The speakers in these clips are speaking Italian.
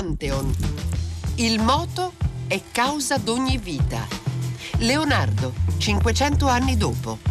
Pantheon. Il moto è causa d'ogni vita. Leonardo, 500 anni dopo.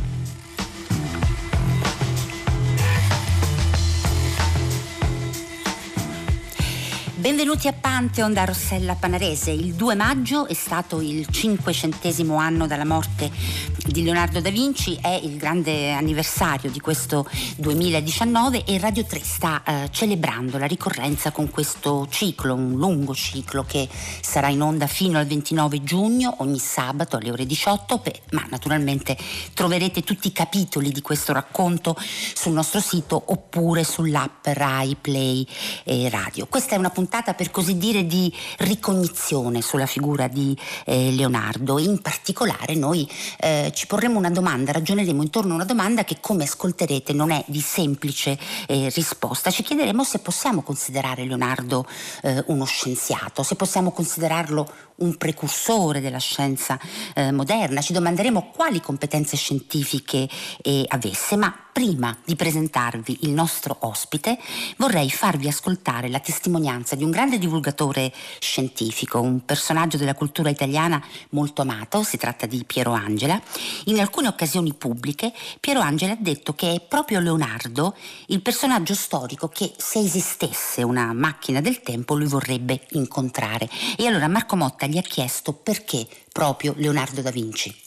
Benvenuti a Pantheon da Rossella Panarese. Il 2 maggio è stato il 500° anno dalla morte di Leonardo da Vinci, è il grande anniversario di questo 2019 e Radio 3 sta celebrando la ricorrenza con questo ciclo, un lungo ciclo che sarà in onda fino al 29 giugno, ogni sabato alle ore 18, ma naturalmente troverete tutti i capitoli di questo racconto sul nostro sito oppure sull'app Rai Play Radio. Questa è una puntata per così dire di ricognizione sulla figura di Leonardo. In particolare noi ci porremo una domanda, ragioneremo intorno a una domanda che, come ascolterete, non è di semplice risposta. Ci chiederemo se possiamo considerare Leonardo uno scienziato, se possiamo considerarlo un precursore della scienza moderna. Ci domanderemo quali competenze scientifiche avesse, ma prima di presentarvi il nostro ospite vorrei farvi ascoltare la testimonianza di un grande divulgatore scientifico, un personaggio della cultura italiana molto amato. Si tratta di Piero Angela. In alcune occasioni pubbliche Piero Angela ha detto che è proprio Leonardo il personaggio storico che, se esistesse una macchina del tempo, lui vorrebbe incontrare. E allora Marco Motta gli ha chiesto perché proprio Leonardo da Vinci.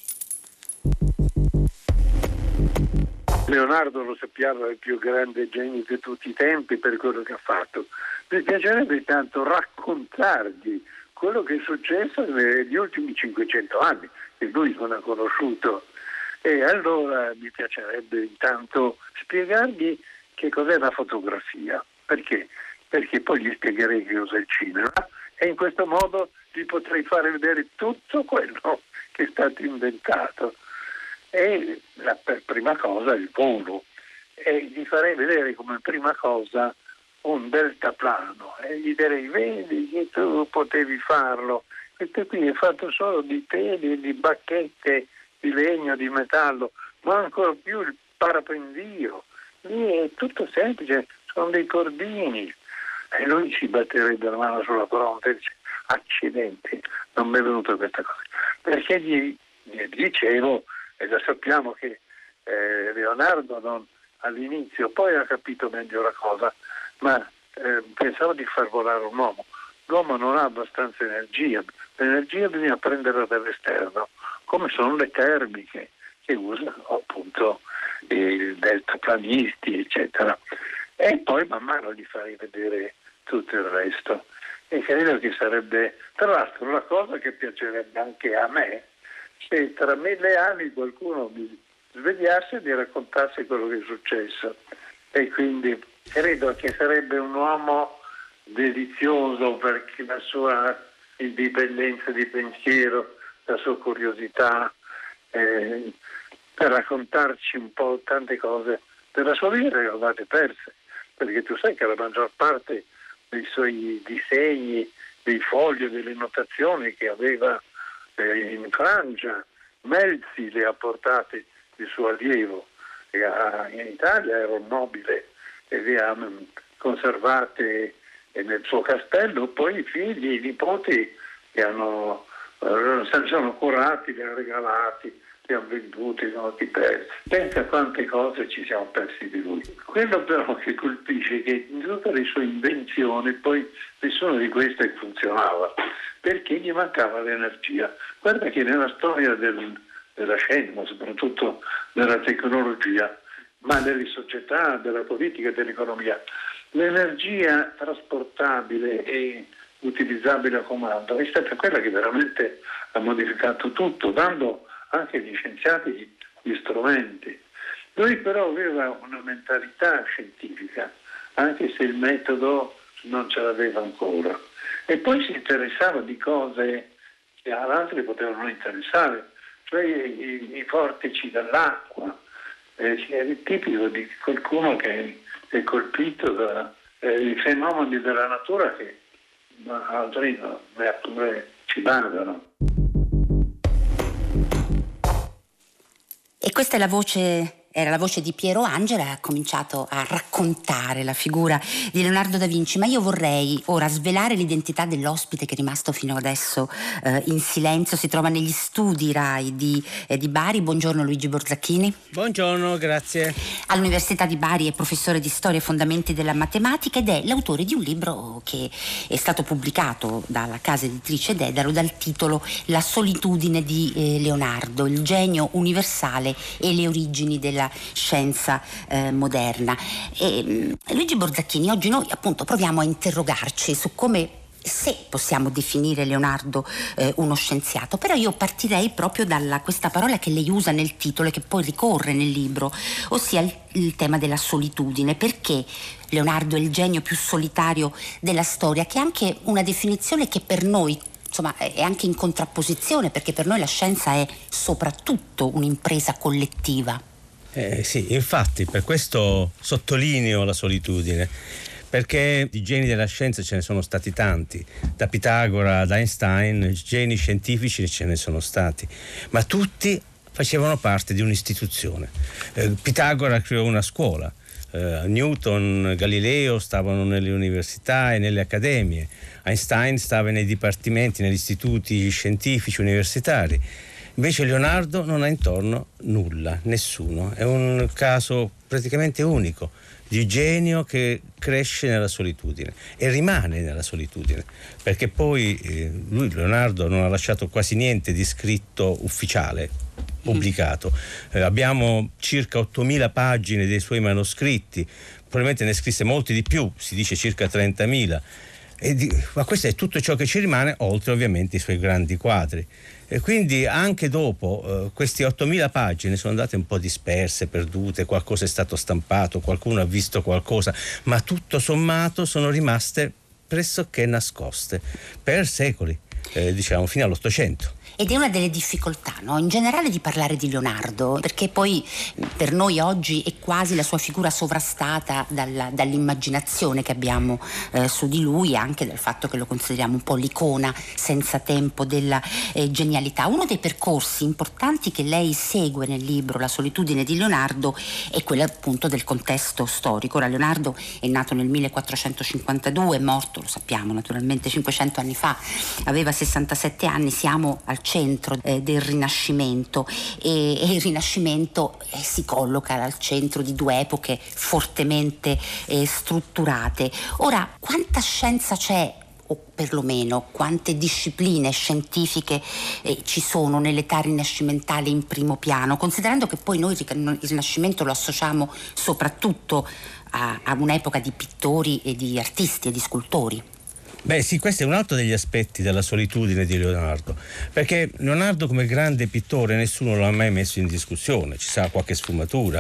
Leonardo, lo sappiamo, è il più grande genio di tutti i tempi per quello che ha fatto. Mi piacerebbe tanto raccontargli quello che è successo negli ultimi 500 anni, che lui non ha conosciuto. E allora mi piacerebbe intanto spiegargli che cos'è la fotografia. Perché? Perché poi gli spiegherei che cos'è il cinema e in questo modo gli potrei fare vedere tutto quello che è stato inventato. E per prima cosa il volo, e gli farei vedere come prima cosa un deltaplano e gli direi: vedi che tu potevi farlo, questo qui è fatto solo di peli, di bacchette di legno, di metallo, ma ancora più il parapendio, lì è tutto semplice, sono dei cordini. E lui si batterebbe la mano sulla fronte e dice: accidenti, non mi è venuta questa cosa, perché gli dicevo. E già sappiamo che Leonardo all'inizio poi ha capito meglio la cosa, ma pensavo di far volare un uomo. L'uomo non ha abbastanza energia, l'energia bisogna prenderla dall'esterno, come sono le termiche che usano appunto i deltaplanisti, eccetera. E poi man mano gli farei vedere tutto il resto. E credo che sarebbe, tra l'altro, la cosa che piacerebbe anche a me, se tra 1000 anni qualcuno mi svegliasse e mi raccontasse quello che è successo. E quindi credo che sarebbe un uomo delizioso, perché la sua indipendenza di pensiero, la sua curiosità, per raccontarci un po' tante cose della sua vita che avevate perse, perché tu sai che la maggior parte dei suoi disegni, dei fogli, delle notazioni che aveva in Francia, Melzi le ha portate il suo allievo, in Italia era un nobile e le ha conservate nel suo castello. Poi i figli, i nipoti che se ne sono curati, li hanno regalati, li hanno venduti, li hanno persi. Pensa a quante cose ci siamo persi di lui. Quello però che colpisce è che in tutte le sue invenzioni poi nessuna di queste funzionava, perché gli mancava l'energia. Guarda che nella storia della scienza, soprattutto della tecnologia, ma delle società, della politica e dell'economia, l'energia trasportabile e utilizzabile a comando è stata quella che veramente ha modificato tutto, dando anche agli scienziati gli strumenti. Lui però aveva una mentalità scientifica, anche se il metodo non ce l'aveva ancora. E poi si interessava di cose che ad altri potevano non interessare, cioè i vortici dell'acqua. È tipico di qualcuno che è colpito dai fenomeni della natura che altri neppure ci badano. E questa è la voce Era la voce di Piero Angela e ha cominciato a raccontare la figura di Leonardo da Vinci, ma io vorrei ora svelare l'identità dell'ospite che è rimasto fino adesso in silenzio. Si trova negli studi RAI di Bari. Buongiorno Luigi Borzacchini. Buongiorno, grazie. All'Università di Bari è professore di storia e fondamenti della matematica ed è l'autore di un libro che è stato pubblicato dalla casa editrice Dedalo dal titolo La solitudine di Leonardo, il genio universale e le origini della scienza moderna. Luigi Borzacchini, oggi noi appunto proviamo a interrogarci su come, se possiamo definire Leonardo uno scienziato, però io partirei proprio da questa parola che lei usa nel titolo e che poi ricorre nel libro, ossia il tema della solitudine. Perché Leonardo è il genio più solitario della storia, che è anche una definizione che per noi, insomma, è anche in contrapposizione, perché per noi la scienza è soprattutto un'impresa collettiva. Sì, infatti per questo sottolineo la solitudine, perché di geni della scienza ce ne sono stati tanti, da Pitagora ad Einstein, geni scientifici ce ne sono stati, ma tutti facevano parte di un'istituzione. Pitagora creò una scuola, Newton, Galileo stavano nelle università e nelle accademie, Einstein stava nei dipartimenti, negli istituti scientifici universitari. Invece Leonardo non ha intorno nulla, nessuno. È un caso praticamente unico di genio che cresce nella solitudine e rimane nella solitudine, perché poi lui, Leonardo, non ha lasciato quasi niente di scritto ufficiale, pubblicato. Abbiamo circa 8.000 pagine dei suoi manoscritti, probabilmente ne scrisse molti di più, si dice circa 30.000. Ma questo è tutto ciò che ci rimane, oltre ovviamente i suoi grandi quadri. E quindi anche dopo queste 8.000 pagine sono andate un po' disperse, perdute, qualcosa è stato stampato, qualcuno ha visto qualcosa, ma tutto sommato sono rimaste pressoché nascoste per secoli, diciamo fino all'Ottocento. Ed è una delle difficoltà, no? In generale, di parlare di Leonardo, perché poi per noi oggi è quasi la sua figura sovrastata dall'immaginazione che abbiamo su di lui, e anche dal fatto che lo consideriamo un po' l'icona senza tempo della genialità. Uno dei percorsi importanti che lei segue nel libro La solitudine di Leonardo è quello appunto del contesto storico. Ora, Leonardo è nato nel 1452, è morto, lo sappiamo naturalmente, 500 anni fa, aveva 67 anni, siamo al centro del Rinascimento e il Rinascimento si colloca al centro di due epoche fortemente strutturate. Ora, quanta scienza c'è, o perlomeno quante discipline scientifiche ci sono nell'età rinascimentale in primo piano, considerando che poi noi il Rinascimento lo associamo soprattutto a un'epoca di pittori e di artisti e di scultori? Beh sì, questo è un altro degli aspetti della solitudine di Leonardo, perché Leonardo come grande pittore nessuno lo ha mai messo in discussione, ci sarà qualche sfumatura.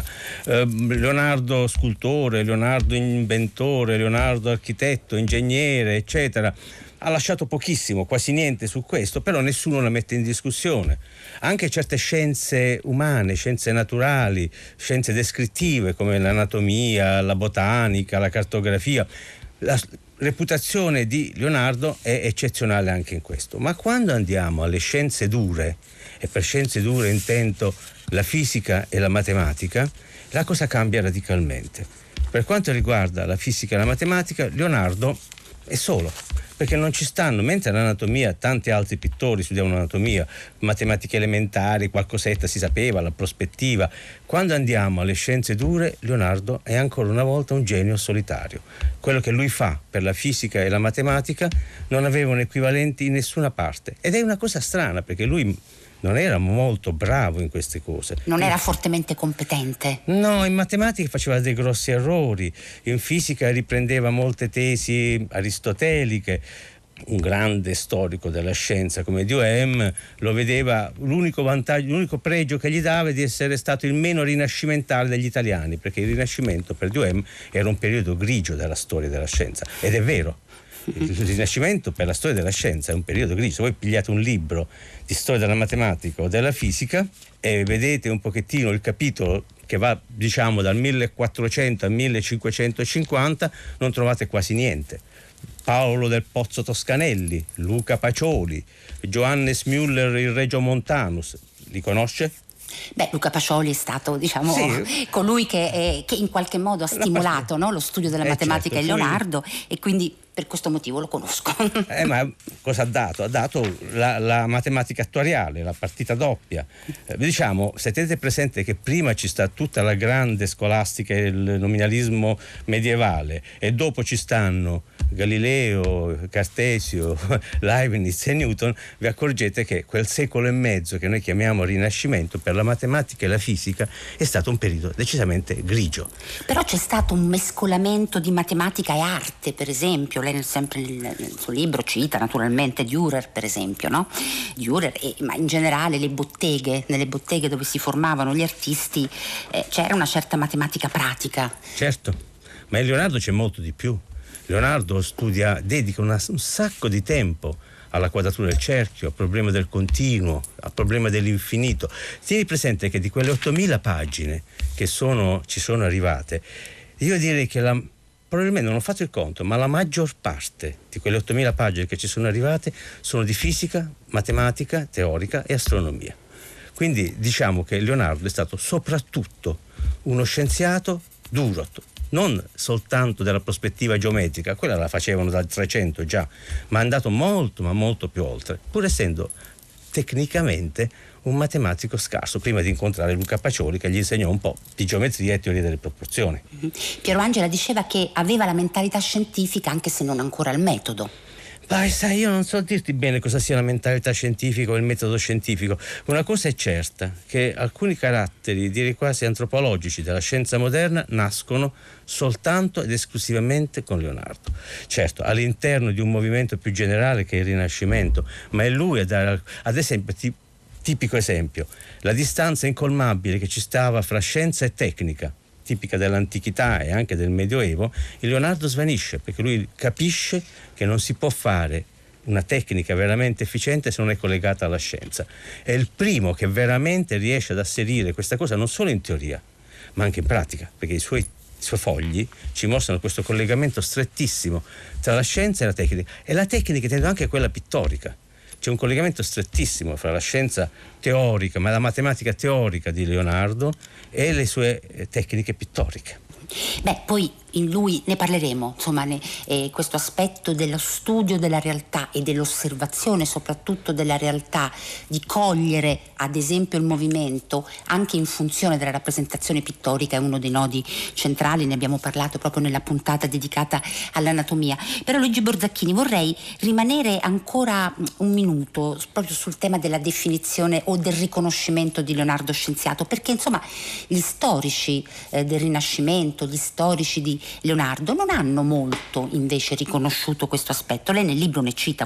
Leonardo scultore, Leonardo inventore, Leonardo architetto, ingegnere, eccetera. Ha lasciato pochissimo, quasi niente su questo, però nessuno la mette in discussione. Anche certe scienze umane, scienze naturali, scienze descrittive come l'anatomia, la botanica, la cartografia, la reputazione di Leonardo è eccezionale anche in questo. Ma quando andiamo alle scienze dure, e per scienze dure intendo la fisica e la matematica, la cosa cambia radicalmente. Per quanto riguarda la fisica e la matematica, Leonardo è solo, perché non ci stanno, mentre l'anatomia, tanti altri pittori studiavano anatomia, matematica elementari, qualcosetta si sapeva, la prospettiva. Quando andiamo alle scienze dure, Leonardo è ancora una volta un genio solitario. Quello che lui fa per la fisica e la matematica non avevano equivalenti in nessuna parte, ed è una cosa strana, perché lui non era molto bravo in queste cose. Non era fortemente competente? No, in matematica faceva dei grossi errori, in fisica riprendeva molte tesi aristoteliche. Un grande storico della scienza come Duhem lo vedeva, l'unico vantaggio, l'unico pregio che gli dava è di essere stato il meno rinascimentale degli italiani, perché il Rinascimento per Duhem era un periodo grigio della storia della scienza, ed è vero. Il Rinascimento per la storia della scienza è un periodo grigio. Se voi pigliate un libro di storia della matematica o della fisica e vedete un pochettino il capitolo che va, diciamo, dal 1400 al 1550, non trovate quasi niente. Paolo del Pozzo Toscanelli, Luca Pacioli, Johannes Müller il Regiomontanus, li conosce? Beh, Luca Pacioli è stato, diciamo, sì, colui che in qualche modo ha stimolato, no, lo studio della matematica in Leonardo, e quindi per questo motivo lo conosco. Ma cosa ha dato? Ha dato la matematica attuariale, la partita doppia. Diciamo, se tenete presente che prima ci sta tutta la grande scolastica e il nominalismo medievale, e dopo ci stanno Galileo, Cartesio, Leibniz e Newton, vi accorgete che quel secolo e mezzo che noi chiamiamo Rinascimento per la matematica e la fisica è stato un periodo decisamente grigio. Però c'è stato un mescolamento di matematica e arte, per esempio. Lei sempre nel suo libro cita naturalmente Dürer, per esempio, no? Dürer, ma in generale nelle botteghe dove si formavano gli artisti, c'era una certa matematica pratica. Certo, ma in Leonardo c'è molto di più. Leonardo dedica un sacco di tempo alla quadratura del cerchio, al problema del continuo, al problema dell'infinito. Tieni presente che di quelle 8.000 pagine che ci sono arrivate, io direi che probabilmente non ho fatto il conto, ma la maggior parte di quelle 8.000 pagine che ci sono arrivate sono di fisica, matematica, teorica e astronomia. Quindi diciamo che Leonardo è stato soprattutto uno scienziato duro, non soltanto dalla prospettiva geometrica, quella la facevano dal 300 già, ma è andato molto, ma molto più oltre, pur essendo tecnicamente un matematico scarso, prima di incontrare Luca Pacioli, che gli insegnò un po' di geometria e teoria delle proporzioni. Piero Angela diceva che aveva la mentalità scientifica, anche se non ancora il metodo. Beh, sai, io non so dirti bene cosa sia la mentalità scientifica o il metodo scientifico. Una cosa è certa, che alcuni caratteri, direi quasi antropologici, della scienza moderna nascono soltanto ed esclusivamente con Leonardo. Certo, all'interno di un movimento più generale che è il Rinascimento, ma è lui a dare, ad esempio, tipico esempio, la distanza incolmabile che ci stava fra scienza e tecnica, tipica dell'antichità e anche del Medioevo, il Leonardo svanisce, perché lui capisce che non si può fare una tecnica veramente efficiente se non è collegata alla scienza. È il primo che veramente riesce ad asserire questa cosa non solo in teoria, ma anche in pratica, perché i suoi fogli ci mostrano questo collegamento strettissimo tra la scienza e la tecnica, e la tecnica intendo anche quella pittorica. C'è un collegamento strettissimo fra la scienza teorica, ma la matematica teorica di Leonardo, e le sue tecniche pittoriche. Beh, poi in lui ne parleremo, insomma, questo aspetto dello studio della realtà e dell'osservazione soprattutto della realtà, di cogliere ad esempio il movimento anche in funzione della rappresentazione pittorica, è uno dei nodi centrali, ne abbiamo parlato proprio nella puntata dedicata all'anatomia. Però Luigi Borzacchini, vorrei rimanere ancora un minuto proprio sul tema della definizione o del riconoscimento di Leonardo scienziato, perché insomma gli storici del Rinascimento, gli storici di Leonardo non hanno molto invece riconosciuto questo aspetto. Lei nel libro ne cita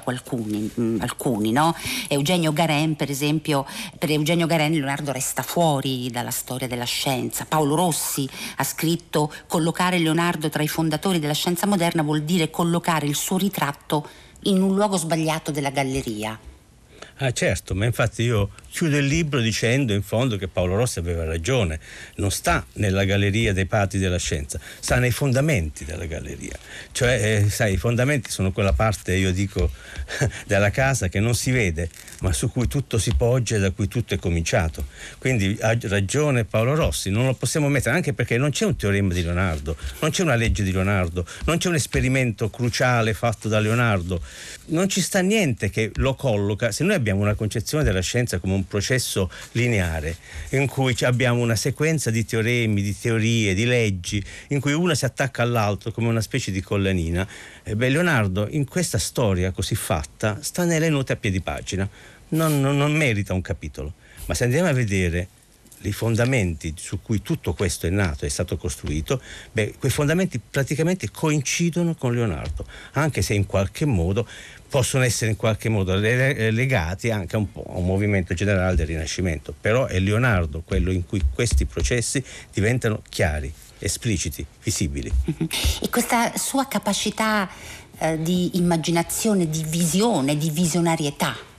alcuni, no? Eugenio Garen, per esempio, per Eugenio Garen Leonardo resta fuori dalla storia della scienza. Paolo Rossi ha scritto: collocare Leonardo tra i fondatori della scienza moderna vuol dire collocare il suo ritratto in un luogo sbagliato della galleria. Ah, certo, ma infatti io chiudo il libro dicendo in fondo che Paolo Rossi aveva ragione, non sta nella galleria dei padri della scienza, sta nei fondamenti della galleria. Cioè, sai, i fondamenti sono quella parte, io dico, della casa che non si vede, ma su cui tutto si poggia e da cui tutto è cominciato. Quindi ha ragione Paolo Rossi, non lo possiamo mettere, anche perché non c'è un teorema di Leonardo, non c'è una legge di Leonardo, non c'è un esperimento cruciale fatto da Leonardo, non ci sta niente che lo colloca. Se noi abbiamo una concezione della scienza come un processo lineare, in cui abbiamo una sequenza di teoremi, di teorie, di leggi, in cui una si attacca all'altro come una specie di collanina, Leonardo in questa storia così fatta sta nelle note a piedi pagina, non merita un capitolo. Ma se andiamo a vedere i fondamenti su cui tutto questo è nato, è stato costruito, quei fondamenti praticamente coincidono con Leonardo, anche se in qualche modo possono essere in qualche modo legati anche a un movimento generale del Rinascimento, però è Leonardo quello in cui questi processi diventano chiari, espliciti, visibili. E questa sua capacità di immaginazione, di visione, di visionarietà,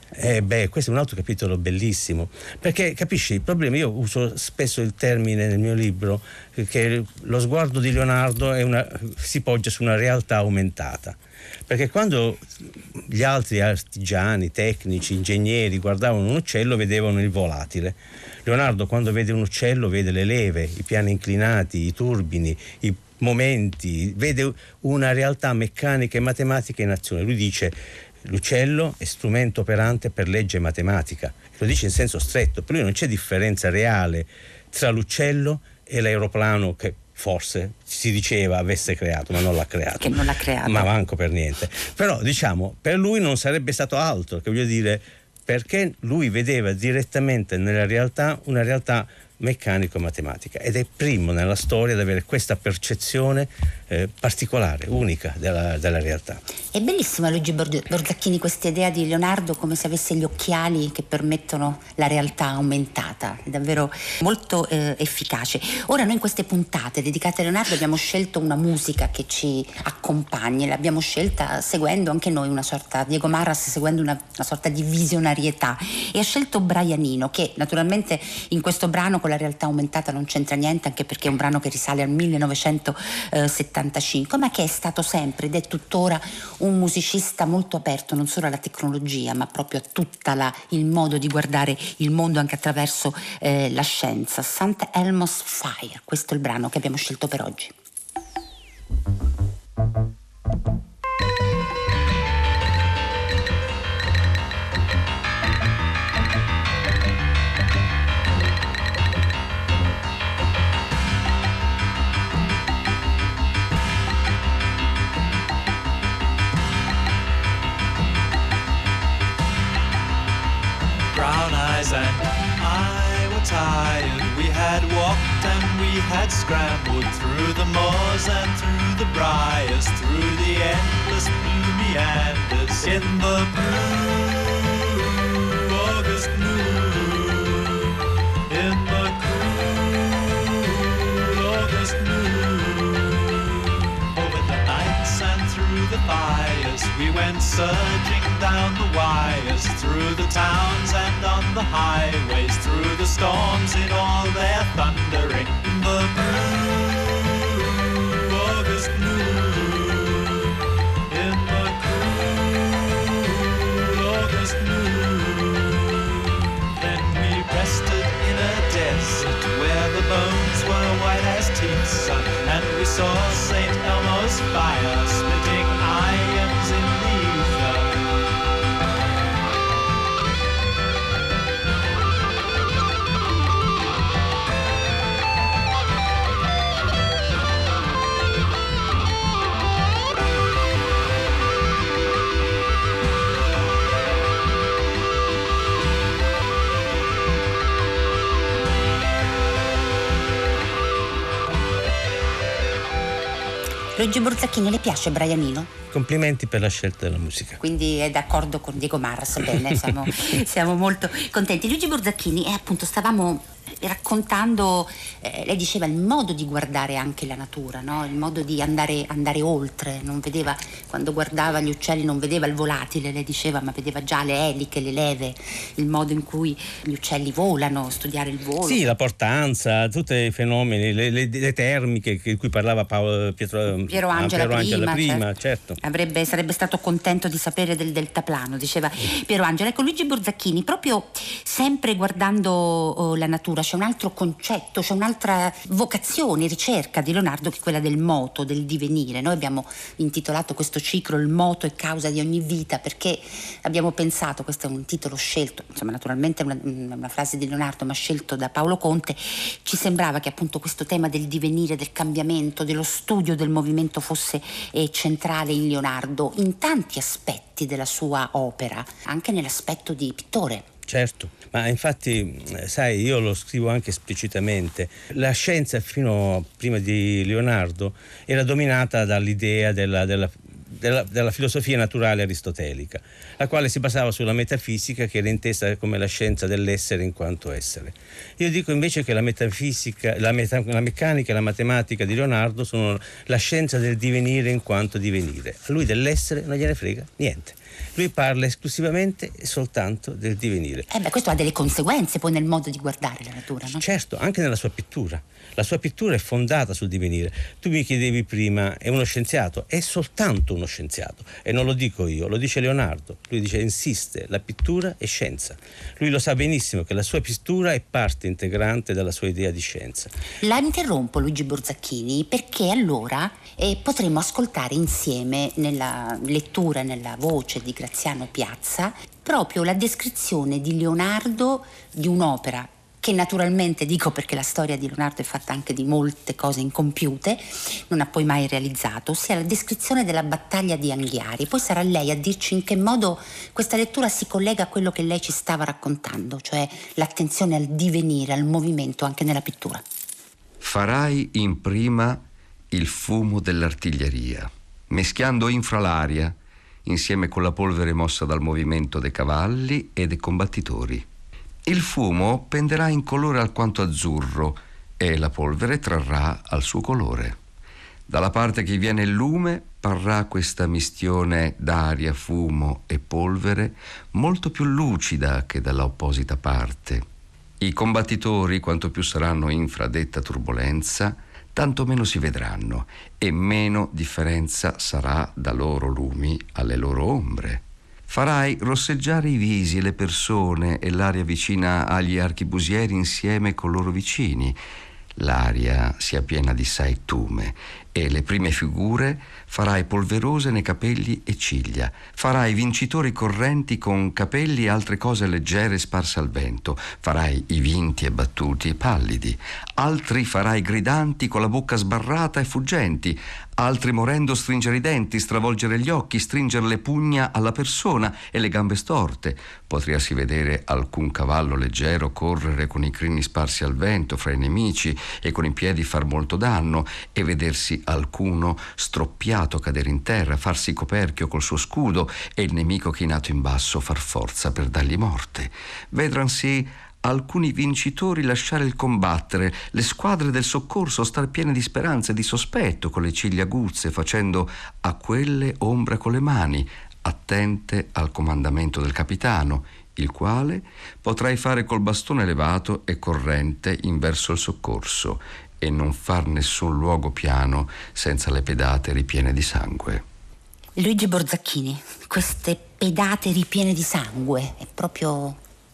Questo è un altro capitolo bellissimo, perché capisci il problema. Io uso spesso il termine nel mio libro che lo sguardo di Leonardo si poggia su una realtà aumentata, perché quando gli altri artigiani, tecnici, ingegneri guardavano un uccello vedevano il volatile, Leonardo quando vede un uccello vede le leve, i piani inclinati, i turbini, i momenti, vede una realtà meccanica e matematica in azione. Lui dice: l'uccello è strumento operante per legge matematica. Lo dice in senso stretto. Per lui non c'è differenza reale tra l'uccello e l'aeroplano che forse si diceva avesse creato, ma non l'ha creato. Che non l'ha creato. Ma manco per niente. Però diciamo, per lui non sarebbe stato altro, che voglio dire, perché lui vedeva direttamente nella realtà una realtà meccanico-matematica, ed è primo nella storia ad avere questa percezione particolare, unica della realtà. È bellissima Luigi Borzacchini questa idea di Leonardo come se avesse gli occhiali che permettono la realtà aumentata, è davvero molto efficace. Ora noi in queste puntate dedicate a Leonardo abbiamo scelto una musica che ci accompagni, l'abbiamo scelta seguendo anche noi una sorta, Diego Marras seguendo una sorta di visionarietà, e ha scelto Brian Eno, che naturalmente in questo brano con la realtà aumentata non c'entra niente, anche perché è un brano che risale al 1975, ma che è stato sempre ed è tuttora un musicista molto aperto non solo alla tecnologia ma proprio a tutta il modo di guardare il mondo anche attraverso la scienza. St. Elmo's Fire, questo è il brano che abbiamo scelto per oggi. Brown eyes and I were tired. We had walked and we had scrambled through the moors and through the briars, through the endless blue meanders in the blue August noon, in the cool August noon. Over the nights and through the fires we went surging down the wires, through the towns and on the highways, through the storms in all their thundering. The blue August noon, in the cool August noon. Then we rested in a desert where the bones were white as teeth, son, and we saw St. Elmo's fire splitting ions in the ether. Luigi Borzacchini, le piace Brian Eno? Complimenti per la scelta della musica. Quindi è d'accordo con Diego Marras, bene, siamo molto contenti. Luigi Borzacchini, appunto stavamo raccontando, lei diceva il modo di guardare anche la natura, no? Il modo di andare oltre, non vedeva, quando guardava gli uccelli non vedeva il volatile, lei diceva, ma vedeva già le eliche, le leve, il modo in cui gli uccelli volano, studiare il volo. Sì, la portanza, tutti i fenomeni, le termiche di cui parlava Piero Angela prima, certo. Sarebbe stato contento di sapere del deltaplano, diceva Piero Angela. Ecco, Luigi Borzacchini, proprio sempre guardando la natura, c'è un altro concetto, c'è un'altra vocazione, ricerca di Leonardo, che è quella del moto, del divenire. Noi abbiamo intitolato questo ciclo Il moto è causa di ogni vita, perché abbiamo pensato, questo è un titolo scelto, insomma naturalmente è una frase di Leonardo ma scelto da Paolo Conte, ci sembrava che appunto questo tema del divenire, del cambiamento, dello studio del movimento fosse centrale in Leonardo, in tanti aspetti della sua opera, anche nell'aspetto di pittore. Certo, ma infatti, sai, io lo scrivo anche esplicitamente. La scienza fino a prima di Leonardo era dominata dall'idea della filosofia naturale aristotelica, la quale si basava sulla metafisica, che era intesa come la scienza dell'essere in quanto essere. Io dico invece che la metafisica, la meccanica e la matematica di Leonardo sono la scienza del divenire in quanto divenire. A lui dell'essere non gliene frega niente. Lui parla esclusivamente e soltanto del divenire. Questo ha delle conseguenze poi nel modo di guardare la natura, no? Certo, anche nella sua pittura. La sua pittura è fondata sul divenire. Tu mi chiedevi prima, è uno scienziato? È soltanto uno scienziato. E non lo dico io, lo dice Leonardo. Lui dice, insiste, la pittura è scienza. Lui lo sa benissimo che la sua pittura è parte integrante della sua idea di scienza. La interrompo, Luigi Borzacchini, perché allora potremmo ascoltare insieme nella lettura, nella voce di Graziano Piazza, proprio la descrizione di Leonardo di un'opera che naturalmente, dico perché la storia di Leonardo è fatta anche di molte cose incompiute, non ha poi mai realizzato, ossia la descrizione della battaglia di Anghiari. Poi sarà lei a dirci in che modo questa lettura si collega a quello che lei ci stava raccontando, cioè l'attenzione al divenire, al movimento anche nella pittura. Farai in prima il fumo dell'artiglieria, meschiando infra l'aria, insieme con la polvere mossa dal movimento dei cavalli e dei combattitori. Il fumo penderà in colore alquanto azzurro e la polvere trarrà al suo colore. Dalla parte che viene il lume parrà questa mistione d'aria, fumo e polvere molto più lucida che dalla opposita parte. I combattitori, quanto più saranno infra detta turbolenza, tanto meno si vedranno e meno differenza sarà da loro lumi alle loro ombre. Farai rosseggiare i visi e le persone e l'aria vicina agli archibusieri insieme con loro vicini. L'aria sia piena di saetume e le prime figure farai polverose nei capelli e ciglia. Farai vincitori correnti con capelli e altre cose leggere sparse al vento. Farai i vinti e battuti e pallidi. Altri farai gridanti con la bocca sbarrata e fuggenti. Altri morendo stringere i denti, stravolgere gli occhi, stringere le pugna alla persona e le gambe storte. Potresti vedere alcun cavallo leggero correre con i crini sparsi al vento fra i nemici e con i piedi far molto danno, e vedersi alcuno stroppiato cadere in terra, farsi coperchio col suo scudo e il nemico chinato in basso far forza per dargli morte. Vedransi alcuni vincitori lasciare il combattere, le squadre del soccorso star piene di speranza e di sospetto, con le ciglia aguzze, facendo a quelle ombra con le mani, attente al comandamento del capitano, il quale potrai fare col bastone levato e corrente in verso il soccorso e non far nessun luogo piano senza le pedate ripiene di sangue. Luigi Borzacchini, queste pedate ripiene di sangue, è proprio...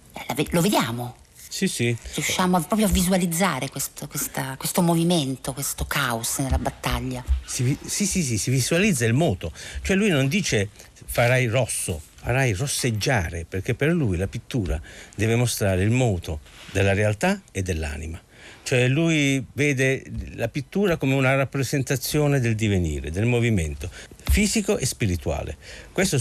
lo vediamo? Sì. Riusciamo proprio a visualizzare questo movimento, questo caos nella battaglia. Sì, si visualizza il moto. Cioè lui non dice farai rosso, farai rosseggiare, perché per lui la pittura deve mostrare il moto della realtà e dell'anima. Cioè lui vede la pittura come una rappresentazione del divenire, del movimento fisico e spirituale. Questo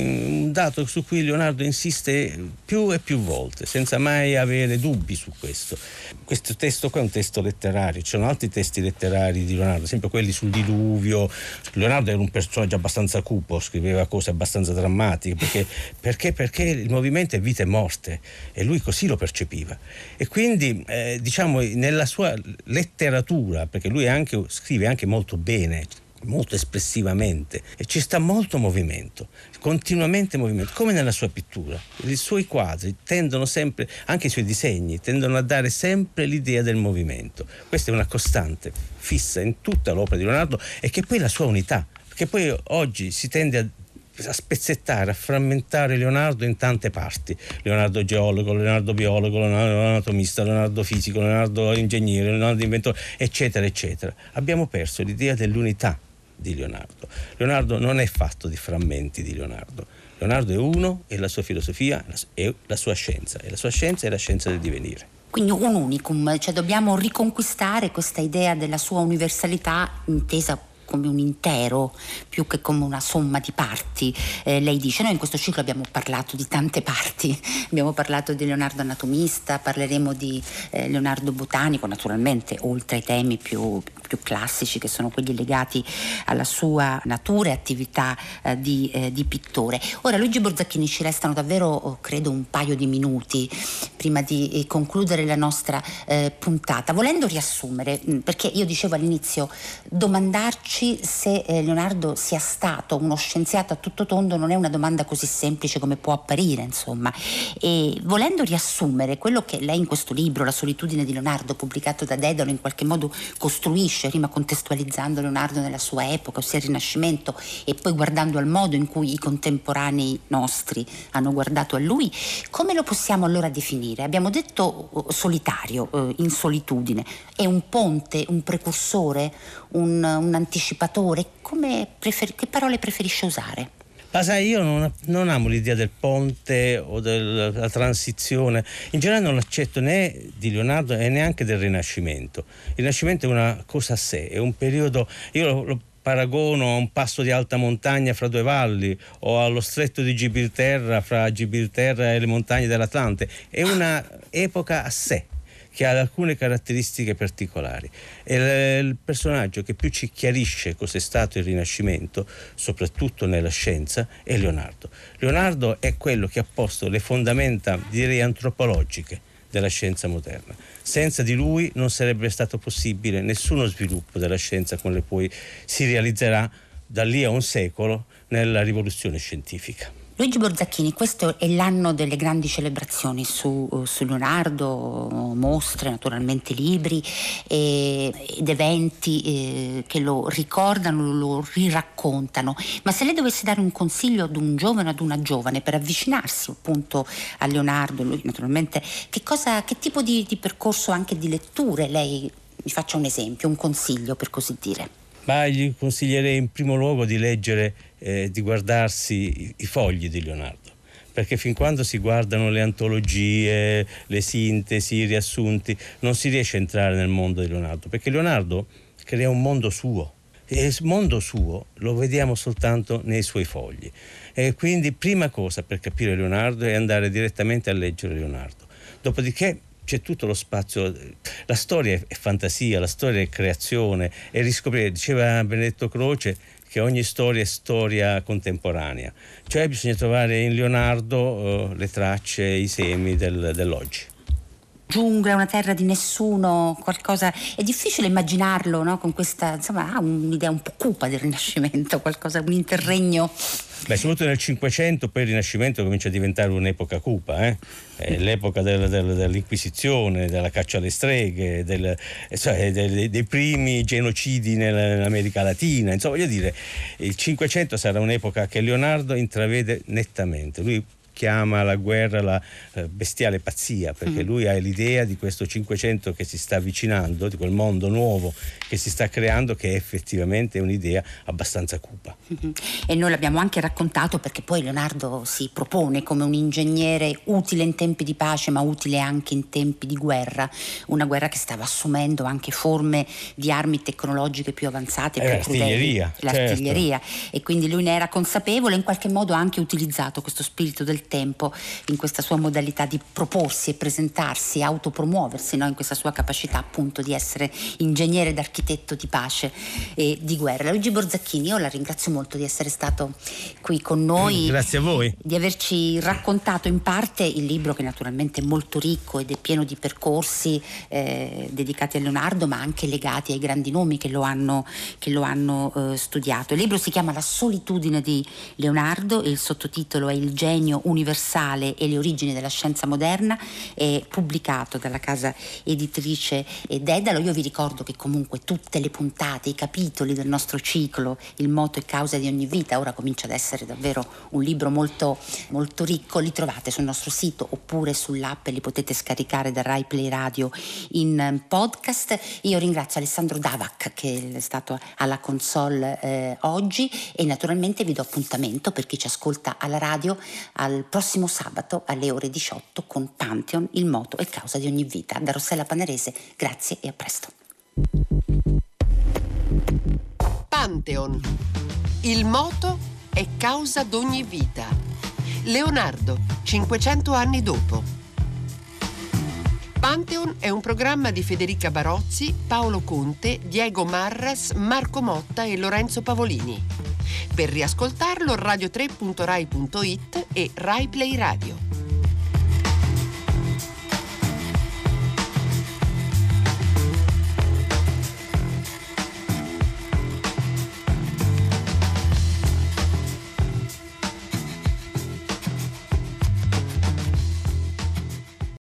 un dato su cui Leonardo insiste più e più volte, senza mai avere dubbi su questo. Questo testo qua è un testo letterario, ci sono altri testi letterari di Leonardo, sempre quelli sul diluvio. Leonardo era un personaggio abbastanza cupo, scriveva cose abbastanza drammatiche, perché il movimento è vita e morte, e lui così lo percepiva. E quindi diciamo nella sua letteratura, perché lui scrive anche molto bene, molto espressivamente, e ci sta molto movimento, continuamente movimento, come nella sua pittura. I suoi quadri tendono sempre, anche i suoi disegni, tendono a dare sempre l'idea del movimento. Questa è una costante fissa in tutta l'opera di Leonardo, e che poi è la sua unità, perché poi oggi si tende a spezzettare, a frammentare Leonardo in tante parti: Leonardo geologo, Leonardo biologo, Leonardo anatomista, Leonardo fisico, Leonardo ingegnere, Leonardo inventore, eccetera eccetera. Abbiamo perso l'idea dell'unità di Leonardo. Leonardo non è fatto di frammenti di Leonardo. Leonardo è uno, e la sua filosofia è la sua scienza, e la sua scienza è la scienza del divenire. Quindi un unicum, cioè dobbiamo riconquistare questa idea della sua universalità intesa come un intero più che come una somma di parti. Lei dice, noi in questo ciclo abbiamo parlato di tante parti, abbiamo parlato di Leonardo anatomista, parleremo di Leonardo botanico, naturalmente, oltre ai temi più classici che sono quelli legati alla sua natura e attività di pittore. Ora, Luigi Borzacchini, ci restano davvero credo un paio di minuti prima di concludere la nostra puntata, volendo riassumere, perché io dicevo all'inizio, domandarci chiederci se Leonardo sia stato uno scienziato a tutto tondo non è una domanda così semplice come può apparire, insomma. E volendo riassumere quello che lei in questo libro, La solitudine di Leonardo, pubblicato da Dedalo, in qualche modo costruisce, prima contestualizzando Leonardo nella sua epoca, ossia il Rinascimento, e poi guardando al modo in cui i contemporanei nostri hanno guardato a lui, come lo possiamo allora definire? Abbiamo detto solitario, in solitudine. È un ponte, un precursore, un anticipatore? Che parole preferisce usare? Ma sai, io non amo l'idea del ponte o della transizione. In generale non l'accetto né di Leonardo e neanche del Rinascimento. Il Rinascimento è una cosa a sé, è un periodo, io lo paragono a un passo di alta montagna fra due valli o allo stretto di Gibilterra fra Gibilterra e le montagne dell'Atlante. È una epoca a sé, che ha alcune caratteristiche particolari. E il personaggio che più ci chiarisce cos'è stato il Rinascimento, soprattutto nella scienza, è Leonardo. Leonardo è quello che ha posto le fondamenta, direi, antropologiche della scienza moderna. Senza di lui non sarebbe stato possibile nessuno sviluppo della scienza come poi si realizzerà da lì a un secolo nella rivoluzione scientifica. Luigi Borzacchini, questo è l'anno delle grandi celebrazioni su Leonardo, mostre, naturalmente libri ed eventi che lo ricordano, lo riraccontano. Ma se lei dovesse dare un consiglio ad un giovane o ad una giovane per avvicinarsi appunto a Leonardo, lui naturalmente, che tipo di percorso anche di letture lei mi faccia un esempio, un consiglio per così dire? Ma gli consiglierei in primo luogo di leggere, di guardarsi i fogli di Leonardo, perché fin quando si guardano le antologie, le sintesi, i riassunti, non si riesce a entrare nel mondo di Leonardo, perché Leonardo crea un mondo suo e il mondo suo lo vediamo soltanto nei suoi fogli. E quindi prima cosa per capire Leonardo è andare direttamente a leggere Leonardo. Dopodiché c'è tutto lo spazio, la storia è fantasia, la storia è creazione, e riscoprire, diceva Benedetto Croce, che ogni storia è storia contemporanea, cioè bisogna trovare in Leonardo le tracce, i semi dell'oggi. Giungla, una terra di nessuno, qualcosa, è difficile immaginarlo, no? Con questa, insomma, ha un'idea un po' cupa del Rinascimento, qualcosa, un interregno. Beh, soprattutto nel Cinquecento poi il Rinascimento comincia a diventare un'epoca cupa, È l'epoca dell'Inquisizione, della caccia alle streghe, dei primi genocidi nell'America Latina. Insomma, voglio dire, il Cinquecento sarà un'epoca che Leonardo intravede nettamente. Lui chiama la guerra la bestiale pazzia, perché lui ha l'idea di questo Cinquecento che si sta avvicinando, di quel mondo nuovo che si sta creando, che è effettivamente un'idea abbastanza cupa. E noi l'abbiamo anche raccontato, perché poi Leonardo si propone come un ingegnere utile in tempi di pace ma utile anche in tempi di guerra, una guerra che stava assumendo anche forme di armi tecnologiche più avanzate, più crudeli, l'artiglieria, certo. E quindi lui ne era consapevole, in qualche modo ha anche utilizzato questo spirito del tempo in questa sua modalità di proporsi e presentarsi, autopromuoversi, no? In questa sua capacità appunto di essere ingegnere ed architetto di pace e di guerra. Luigi Borzacchini, io la ringrazio molto di essere stato qui con noi. Grazie a voi. Di averci raccontato in parte il libro, che naturalmente è molto ricco ed è pieno di percorsi dedicati a Leonardo, ma anche legati ai grandi nomi che lo hanno studiato. Il libro si chiama La solitudine di Leonardo e il sottotitolo è Il genio universale e le origini della scienza moderna, è pubblicato dalla casa editrice Dedalo. Io vi ricordo che comunque tutte le puntate, i capitoli del nostro ciclo Il moto e causa di ogni vita, ora comincia ad essere davvero un libro molto, molto ricco, li trovate sul nostro sito oppure sull'app e li potete scaricare da Rai Play Radio in podcast. Io ringrazio Alessandro Davac che è stato alla console oggi, e naturalmente vi do appuntamento, per chi ci ascolta alla radio, al prossimo sabato alle ore 18 con Pantheon, il moto e causa di ogni vita. Da Rossella Panarese, grazie e a presto. Pantheon, il moto è causa d'ogni vita. Leonardo, 500 anni dopo. Pantheon è un programma di Federica Barozzi, Paolo Conte, Diego Marras, Marco Motta e Lorenzo Pavolini. Per riascoltarlo radio3.rai.it e Rai Play Radio.